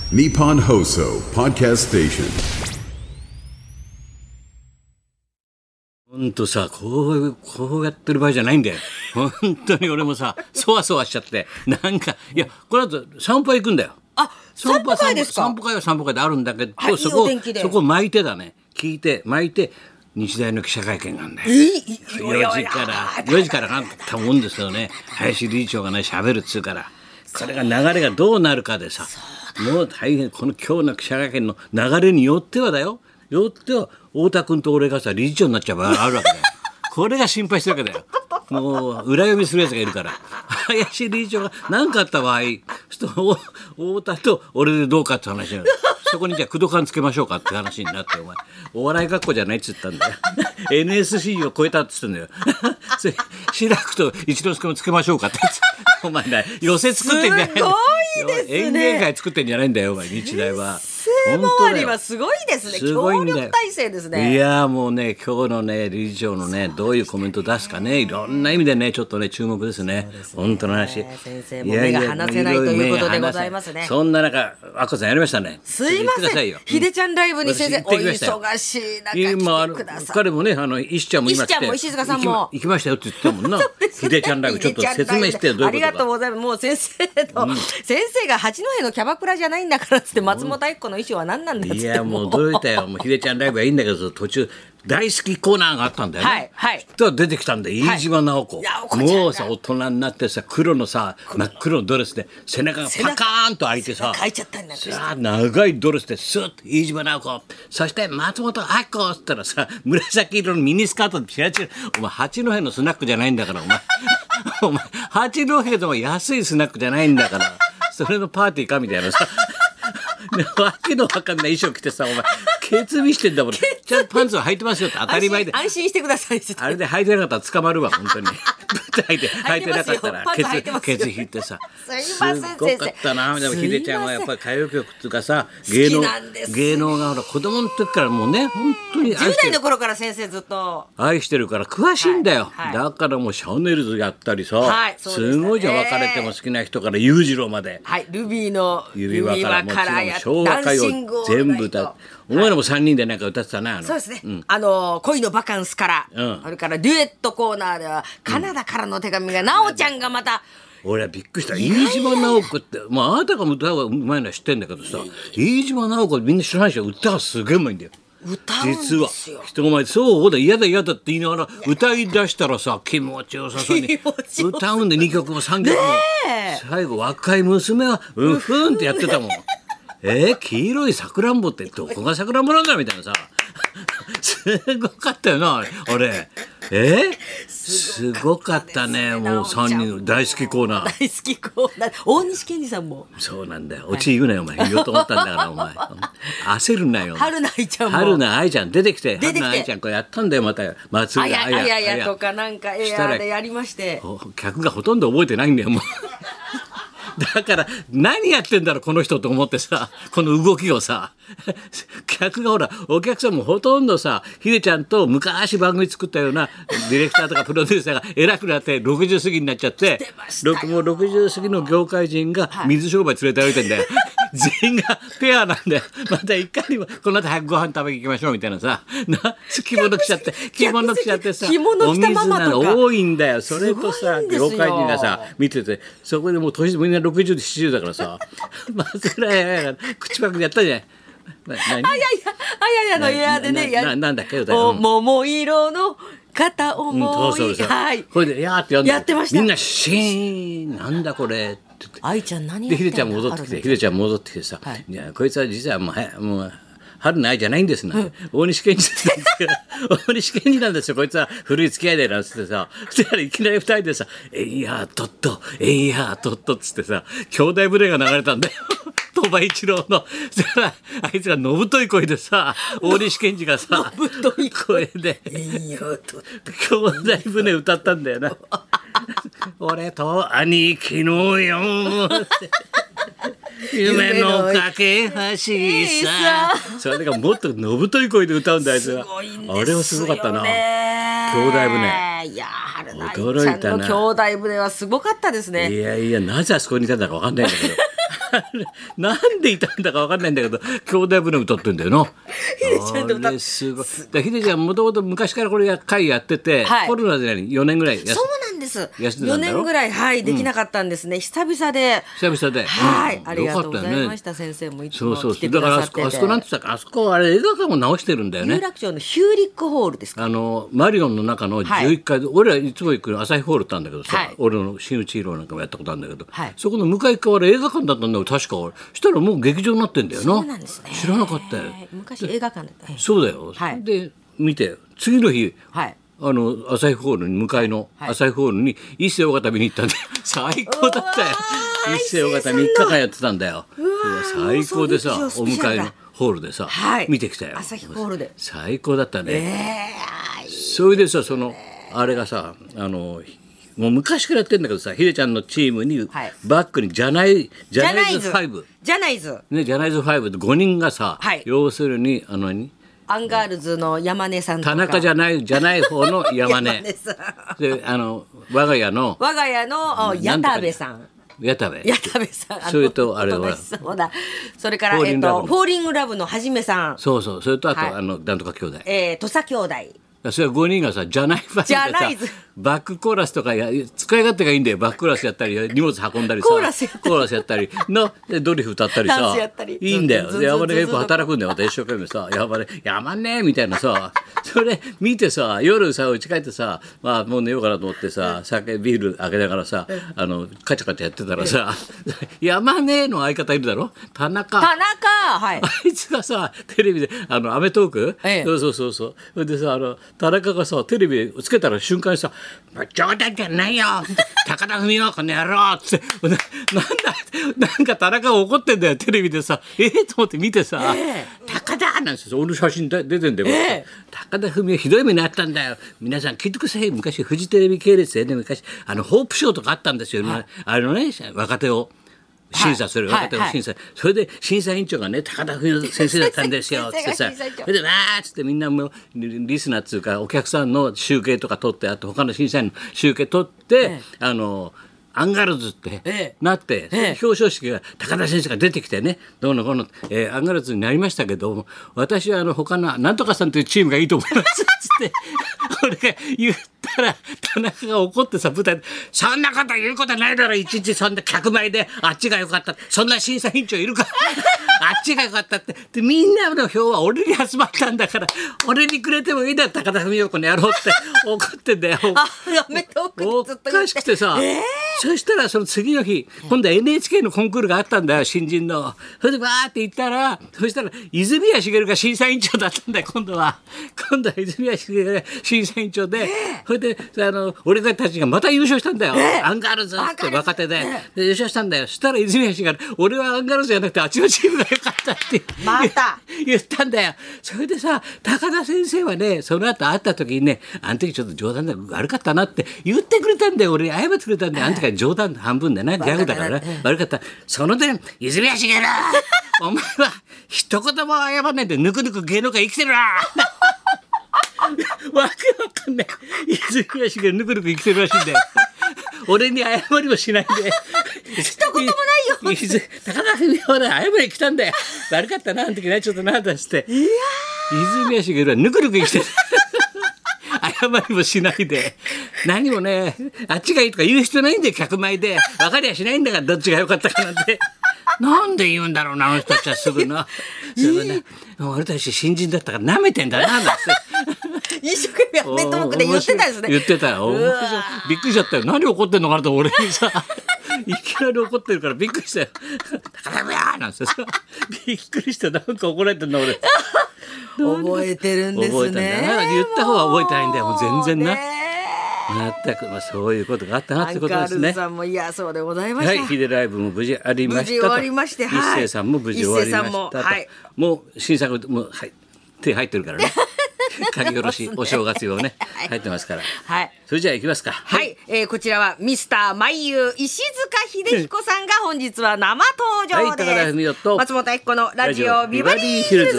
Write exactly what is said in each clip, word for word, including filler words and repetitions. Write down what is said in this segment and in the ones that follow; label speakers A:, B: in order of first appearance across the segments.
A: Nippon Hoso Podcast Station。
B: ほんとさ、こう、こうやってる場合じゃないんだよ。本当に俺もさ、そわそわしちゃって。なんか、いや、この後散歩行くんだよ。
C: あ、散歩会ですか。
B: 散歩会は散歩会であるんだけど、
C: はい
B: そこ、
C: いいお天気で
B: そこ巻いてだね。聞いて、巻いて、日大の記者会見があるんだよ。
C: え
B: よじからよじからかんったもんですよね。林理事長がね喋るっつうから、これが流れがどうなるかでさ、もう大変。この今日の記者会見の流れによってはだよ、よっては太田君と俺がさ理事長になっちゃう場合があるわけだよ。これが心配してるわけだよ。もう裏読みするやつがいるから、林理事長が何かあった場合、ちょっと太田と俺でどうかって話になる。そこにじゃあ駆動感つけましょうかって話になって、お前お笑い学校じゃないっつったんだよ。エヌエスシー を超えたっつってんだよ。それ志らくと一之輔もつけましょうかって。お前ね、寄せ作ってんじゃない。
C: すごいですね。
B: 演芸会作ってんじゃないんだよ、お前日大は。
C: 先生周りはすごいですね。
B: すごいんだよ。
C: 協力体制ですね。
B: いやもうね、今日のね理事長のねどういうコメント出すかね、いろんな意味でねちょっとね注目ですね。本当の話。
C: 先生も目が離せないということでございますね。
B: そんな中、あこさんやりましたね。
C: すいません。ひでちゃんライブに先生お忙しい中来てください。
B: 彼もね、あの石ちゃんも今来て、
C: 石ちゃんも石塚さんも
B: 行きましたよって言ってたもんな。ひでちゃんライブちょっと説明してよ、どういうことか。
C: ありがとうございます。もう先生の、うん、先生が八戸のキャバクラじゃないんだからっつって松本明子の衣装は何なんだっつって。
B: いやもうどういったよ。もうひでちゃんライブはいいんだけど、途中大好きコーナーがあったんだよね。
C: はいはい。
B: と出てきたんで、飯島直子、はい、もうさ大人になってさ、黒のさ真っ黒のドレスで背中がパカーンと開いてさ、
C: 開いちゃったんだって
B: さあ長いドレスでスッと飯島直子、そして松本明子っつったらさ、紫色のミニスカートでチラチラ。お前八戸のスナックじゃないんだから、お前お前八戸でも安いスナックじゃないんだから、それのパーティーかみたいなさ。わけのわかんない衣装着てさ、お前ケツ見してんだもん。ちゃんとパンツは履いてますよって当たり前で。
C: 安心してください。
B: あれで履いてなかったら捕まるわ本当に。舞台で履いてなかったらケツケツ引いてさ。
C: すいません
B: すごかったな。でもひでちゃんはやっぱり歌謡曲っていうかさ、芸能芸能がほら子供の時からもうね本当に愛してる。
C: じゅう代の頃から先生ずっと
B: 愛してるから詳しいんだよ。はいはい、だからもうシャネルズやったりさ、はい、すごいじゃん。別れても好きな人から裕次郎まで。
C: はい、ルビーの
B: 指輪からもちろん昭和歌謡全部歌って、お前らもさんにんでなんか歌ってたな。あの
C: そうですね、うん、あの恋のバカンスから、うん、それからデュエットコーナーではカナダからの手紙が、なおちゃんがまた、
B: 俺はびっくりした。飯島直子って、まあ、あなたが歌がうまいのは知ってんだけどさ、飯島直子みんな知らないし、歌がすげえうまいんだよ。
C: 歌うんですよ。
B: 実は人前でそうだ嫌だ嫌だって言いながら歌い出したらさ、気持ちよさそうに歌うんでにきょくもさんきょくも、最後若い娘はうふんってやってたもん。えー、黄色いさくらんぼってどこがさくらんぼなんだみたいなさ。すごかったよなあれ。えー、すごかったね。もうさんにんの大好きコーナー。
C: 大好きコーナー。大西健二さんも。
B: そうなんだよ。オチ言うなよお前。言おうと思ったんだからお前。焦るなよ。
C: 春菜愛ちゃんも。
B: 春菜愛ちゃん出てきて。
C: 出てきて。
B: 春菜愛ちゃんこれやったんだよまた。松浦
C: あやあややとかなんかエアーでやりまして。
B: 客がほとんど覚えてないんだよもう。だから何やってんだろうこの人と思ってさ、この動きをさ、客がほらお客さんもほとんどさ、ひでちゃんと昔番組作ったようなディレクターとかプロデューサーが偉くなってろくじゅう過ぎになっちゃって、もうろくじゅう過ぎの業界人が水商売連れて歩いてんだよ。全員がペアなんだよ。またいかにもこの後早くご飯食べに行きましょうみたいなさ、な着物着ちゃって着物着ちゃってさ、
C: 着物着たママとか
B: 多いんだよ。それとさ業界人がさ見てて、そこでもう年みんなろくじゅうでななじゅうだからさ、松浦屋が口パクでやったじゃない。
C: あややあややのエアでね、
B: なななんだっけ、
C: お桃色の片思い、
B: うん、そうそうそう、
C: はい、
B: これでやーってやん
C: やってました。
B: みんなシーンなんだこれって言って、
C: 愛ちゃん何
B: やってんの。でひでちゃん戻ってきて、ひでちゃん戻ってきてさ、はい、いやこいつは実はもうはもう春の愛じゃないんですな、うん、大西健二なんですけど大西健二なんですよこいつは、古い付き合いでなんつってさ、そしたらいきなり二人でさ「えいやーとっとえいやーとっと」っつってさ兄弟船が流れたんだよ。鳥羽一郎の。そしたらあいつがのぶとい声でさ、大西健二がさ
C: のぶとい
B: 声で「
C: えいやーとっと」
B: 兄弟船歌ったんだよな。俺と兄貴のよって夢の架け橋さ。それがもっとのぶとい声で歌うんだあいつが。あれはすごかったな。兄弟船。
C: いや春菜愛ちゃんの兄弟船はすごかったですね。
B: いやいやなぜあそこにいたんだか分かんないんだけど。 なんでいたんだか分かんないんだけど兄弟船歌ってんだよな。
C: ヒデちゃんで歌っ
B: あれすごい。だヒデちゃんもともと昔からこれや会やってて、
C: はい
B: コロナでよねんぐらいや
C: そうなんです。
B: 休んでたんだろ
C: よねんぐらいはいできなかったんですね。久々で。
B: 久々で、
C: はい、
B: うん
C: ありがとうございまし
B: よかった
C: た。先生もいつ
B: そうそう
C: も来て
B: だからあそ
C: くださってて。
B: こあそこなんて言ったかあそこあれ映画館も直してるんだよ
C: 有
B: ね。
C: 楽町のヒューリックホールですか。
B: あのマリオンの中のじゅういっかいで、俺らいつも行く朝日ホールってあるんだけどさ、
C: はい
B: 俺の新内ヒーローなんかもやったことあるんだけど、
C: はい
B: そこの向かい側は映画館だったんだよ確か。したらもう劇場になってんだよな。
C: そうなんですね。
B: 知らなかったよ。
C: 昔映画館だった。
B: そうだよ、
C: はい
B: で見て次の日、
C: はい。
B: あの朝日ホールに向かいの
C: はい
B: 朝日ホールに一世尾形見に行ったんで最高だったよ。
C: うわー
B: 一世尾形みっかかんやってたんだよ。
C: うわー
B: 最高でさ
C: そうですよスペシャルだ
B: お迎えのホールでさ、
C: はい
B: 見てきたよ。
C: 朝日ホールで
B: 最高だったね。
C: ええ
B: それでさそのあれがさあのもう昔からやってんだけどさヒデちゃんのチームに
C: はい
B: バックにジャナイジ
C: ジ
B: ャナイズ
C: ャナイズ。
B: ファイブ
C: ジャナイズ。
B: ねジャナイズファイブでごにんがさ、
C: はい
B: 要するにあの何
C: アンガールズの山根さんとか。
B: 田中じゃないじゃない方の山根
C: 山根さん。
B: であの我が家の
C: 我が家のお矢田部さん。
B: 矢田部
C: 矢田部さん。の
B: それとあれは
C: おとなしそうだ。それから
B: フォーリンラブ
C: えっとフォーリングラブのはじめさん。
B: そうそうそれとあと、
C: はい
B: あのなんとか兄弟
C: えー、土佐兄弟。
B: それはごにんがさじゃないファイブで
C: ジャナイズ
B: さバックコーラスとかや使い勝手がいいんだよ。バックコーラスやったり荷物運んだりさ
C: コーラスやったり
B: コーラスやったりのでドリフ歌ったり
C: ダン
B: さ
C: スやったり
B: いいんだよ。
C: ずんずん
B: で山根がよく
C: ずんずん
B: 働くんだよ。私一生懸命さ山根山根みたいなさそれ見てさ夜さ家帰ってさまあもう寝ようかなと思ってさ酒ビール開けながらさあのカチャカチャやってたらさ山根の相方いるだろ田中
C: 田中はい。
B: あいつがさテレビであのアメトーク、
C: ええ
B: そうそうそうそうそれでさあの田中がさテレビつけたら瞬間にさ「冗談じゃないよ高田文夫この野郎」っつってななんだなんか田中が怒ってんだよテレビでさええと思って見てさ「高田!」なんですよ。俺の写真出てんだよ、
C: ええ
B: 高田文夫ひどい目にあったんだよ。皆さん聞いてください。昔フジテレビ系列でね昔あのホープショーとかあったんですよ、あのね若手を。審査する
C: はい
B: 若手の審査、それで審査委員長がね高田文夫先生だったんですよつってさ
C: 先生が審査委員長
B: それでわーっつってみんなもうリリスナーっつうかお客さんの集計とか取ってあと他の審査員の集計取って、
C: ええ
B: あのアンガールズって
C: ええ
B: なって、
C: ええ
B: 表彰式が高田先生が出てきてねどうのこうの、えーアンガールズになりましたけど私はあの他のなんとかさんというチームがいいと思いますっつって俺が言ったら田中が怒ってさ舞台で「そんなこと言うことないだろ一日そんな客前であっちが良かったそんな審査委員長いるかあっちが良かった」ってでみんなの票は俺に集まったんだから俺にくれてもいいんだよ高田文夫この野郎って怒ってんだよ。
C: あ、やめておく
B: お
C: ずっと言って
B: かしくてさ、
C: えー
B: そしたらその次の日今度は エヌエイチケー のコンクールがあったんだよ新人の。それでバーって行ったらそしたら泉谷しげるが審査委員長だったんだよ今度は。今度は泉谷しげるが審査委員長で、それであの俺たちがまた優勝したんだよ、アンガールズって若手で,、で優勝したんだよ。そしたら泉谷しげる俺はアンガールズじゃなくてあっちのチームが良かったって
C: また
B: 言ったんだよ。それでさ高田先生はねその後会った時にねあの時ちょっと冗談で悪かったなって言ってくれたんだよ。俺謝ってくれたんだよ。あの時は冗談半分でねギャグだからね悪かった。その点泉谷しげるお前は一言も謝らないでぬくぬく芸能界生きてるなわけわかんない泉谷しげるぬくぬく生きてるらしいんだよ俺に謝りもしないで
C: 一言もないよ
B: 高田文夫はね謝りに来たんだよ悪かったなあの時ねちょっとなんだして泉谷しげるはぬくぬく生きてる謝りもしないで何もねあっちがいいとか言う必要ないんだよ客前で分かりゃしないんだからどっちが良かったかなんてなんで言うんだろうなあの人たちはすぐなすぐな俺たち新人だったからなめてんだななんて
C: 一生懸命アメトークで言ってたんですね。
B: 言ってたよ。面白いびっくりしちゃったよ。何怒ってんのかなと俺にさいきなり怒ってるからびっくりしたよ。高田文夫なんてさびっくりしたなんか怒られてんだ俺。
C: 覚えてるんですね。
B: 覚えたんだな言った方は覚えてないんだよもう全然な。
C: ね
B: 全くまあそういうことがあったなってことです
C: アンガールズ
B: ね。
C: さんもいやそうでございました。
B: はい、ヒデライブも無事ありましたと。
C: 無事終わりましてはい
B: 一斉さんも無事終わりましたと。
C: 一斉さんもはい
B: もう新作もうはい手入ってるからね。書き下ろしお正月用ね入ってますから。
C: はい。
B: それじゃあ行きますか。
C: はい、えー、こちらはミスターマイユー石塚秀彦さんが本日は生登場です。
B: はい高田文夫と
C: 松本明子のラジオビバリーヒルズ。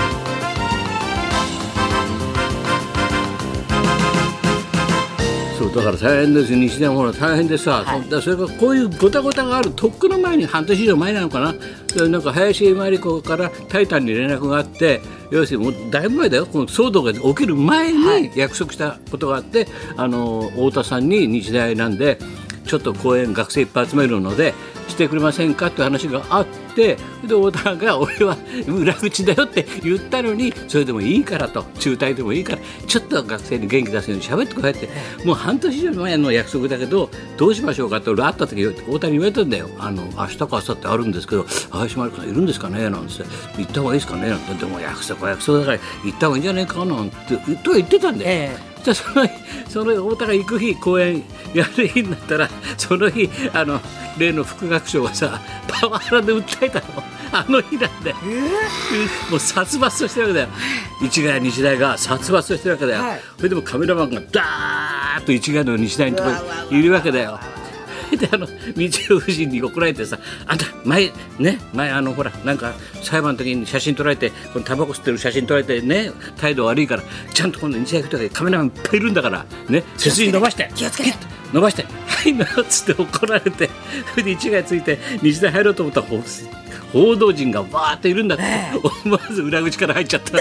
B: そうだから大変ですよ、日大もほら大変でさ、
C: はい、
B: だからそれからこういうごたごたがあるとっくの前に半年以上前なのかな、なんか林真理子からタイタンに連絡があって、要するにもうだいぶ前だよ、この騒動が起きる前に約束したことがあって、はい、あの太田さんに日大なんでちょっと講演学生いっぱい集めるのでしてくれませんかって話があって、で太田が俺は裏口だよって言ったのに、それでもいいからと、中退でもいいからちょっと学生に元気出すように喋ってくれって、もう半年以上前の約束だけどどうしましょうかって俺会った時太田に言われたんだよ。あの明日か明後日あるんですけど林真理子さんいるんですかねなんて言った方がいいですかねなんて、でも約束は約束だから行った方がいいんじゃないかなんてとは言ってたんだよ、ええ。じゃあそのその太田が行く日講演やる日になったら、その日あの例の副学長がさパワハラで訴えたの、あの日なんで、えー、もう殺伐としてるわけだよ、一概日大が殺伐としてるわけだよ、はい、それでもカメラマンがダーッと一概の日大のところにいるわけだよ。であの道夫夫人に怒られてさ、あんた前ね前あのほらなんか裁判の時に写真撮られて、このタバコ吸ってる写真撮られてね態度悪いからちゃんと今度日大行く時カメラマンいっぱいいるんだからね、背筋伸ばして
C: 気をつけて
B: 伸ばしてはいなっつって怒られて、それで一概ついて日大入ろうと思ったら報道陣がバーっているんだって、えー、思わず裏口から入っちゃった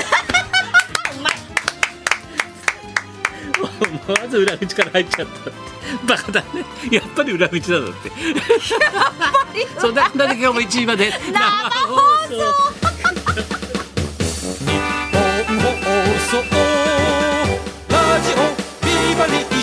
B: 思わず裏口から入っちゃったバカだね、やっぱり裏口だぞってそんなこんなで今日もいちじまで生放送日本放送ラジオビバリー